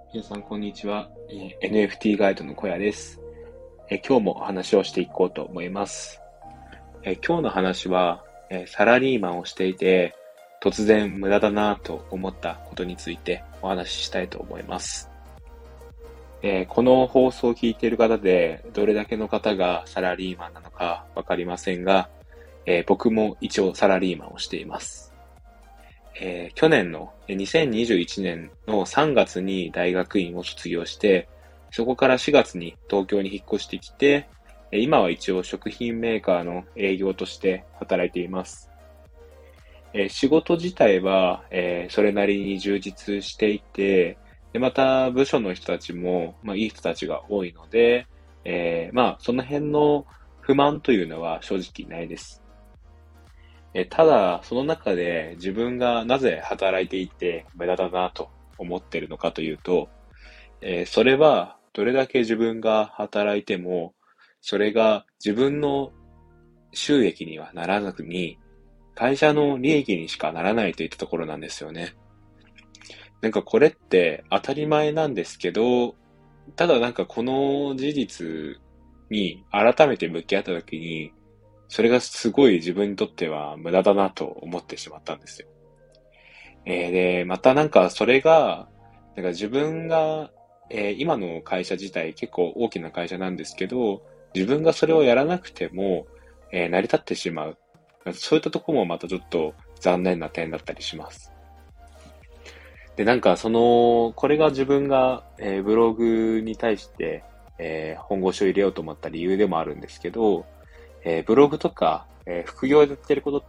皆さん、こんにちは。NFT ガイドの小屋です。今日も話をしていこうと思います。今日の話は、サラリーマンをしていて、突然無駄だなと思ったことについてお話ししたいと思います。この放送を聞いている方で、どれだけの方がサラリーマンなのかわかりませんが、僕も一応サラリーマンをしています。去年の2021年の3月に大学院を卒業して、そこから4月に東京に引っ越してきて、今は一応食品メーカーの営業として働いています。仕事自体は、それなりに充実していて、でまた部署の人たちも、いい人たちが多いので、その辺の不満というのは正直ないです。ただ、その中で自分がなぜ働いていて無駄だなと思っているのかというと、それはどれだけ自分が働いても、それが自分の収益にはならずに、会社の利益にしかならないといったところなんですよね。なんかこれって当たり前なんですけど、ただなんかこの事実に改めて向き合った時に、それがすごい自分にとっては無駄だなと思ってしまったんですよ。で、またなんかそれが、なんか自分が、今の会社自体結構大きな会社なんですけど、自分がそれをやらなくても、成り立ってしまう。そういったところもまたちょっと残念な点だったりします。で、なんかこれが自分が、ブログに対して、本腰を入れようと思った理由でもあるんですけど、ブログとか、副業でやってることって、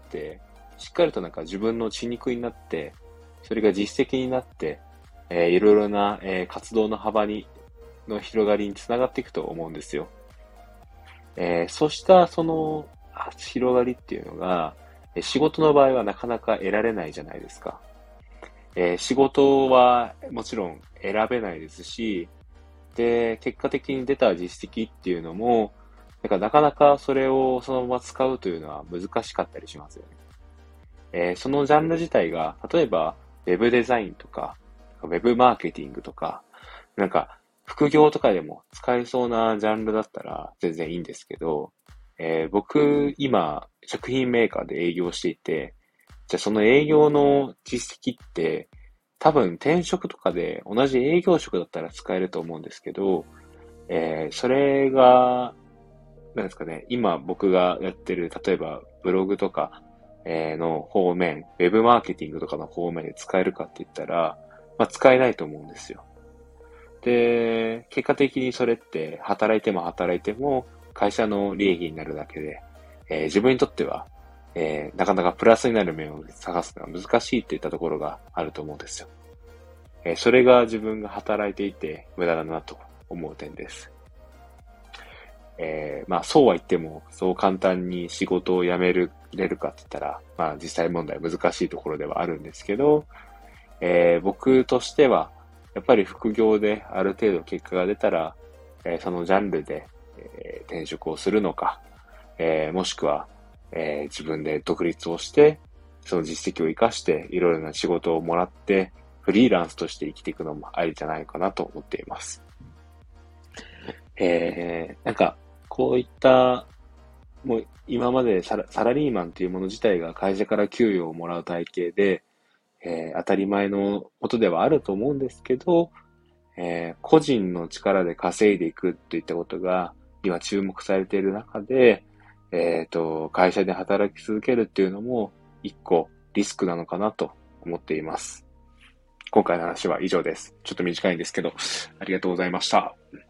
しっかりとなんか自分の血肉になって、それが実績になって、いろいろな、活動の幅の広がりにつながっていくと思うんですよ。そうした広がりっていうのが、仕事の場合はなかなか得られないじゃないですか。仕事はもちろん選べないですし、で、結果的に出た実績っていうのも、なかなかそれをそのまま使うというのは難しかったりしますよね。そのジャンル自体が、例えば、ウェブデザインとか、ウェブマーケティングとか、なんか、副業とかでも使えそうなジャンルだったら全然いいんですけど、僕、今、食品メーカーで営業していて、じゃあその営業の実績って、多分転職とかで同じ営業職だったら使えると思うんですけど、それが、なんですかね、今僕がやってる、例えばブログとか、の方面、ウェブマーケティングとかの方面で使えるかって言ったら、使えないと思うんですよ。で、結果的にそれって働いても働いても会社の利益になるだけで、自分にとっては、なかなかプラスになる面を探すのは難しいっていったところがあると思うんですよ。それが自分が働いていて無駄だなと思う点です。そうは言っても、そう簡単に仕事を辞めれるかって言ったら、実際問題難しいところではあるんですけど、僕としては、やっぱり副業である程度結果が出たら、そのジャンルで、転職をするのか、もしくは、自分で独立をして、その実績を活かしていろいろな仕事をもらって、フリーランスとして生きていくのもありじゃないかなと思っています。なんか、こういった、もう今までサラリーマンというもの自体が会社から給与をもらう体系で、当たり前のことではあると思うんですけど、個人の力で稼いでいくといったことが今注目されている中で、会社で働き続けるっていうのも一個リスクなのかなと思っています。今回の話は以上です。ちょっと短いんですけど、ありがとうございました。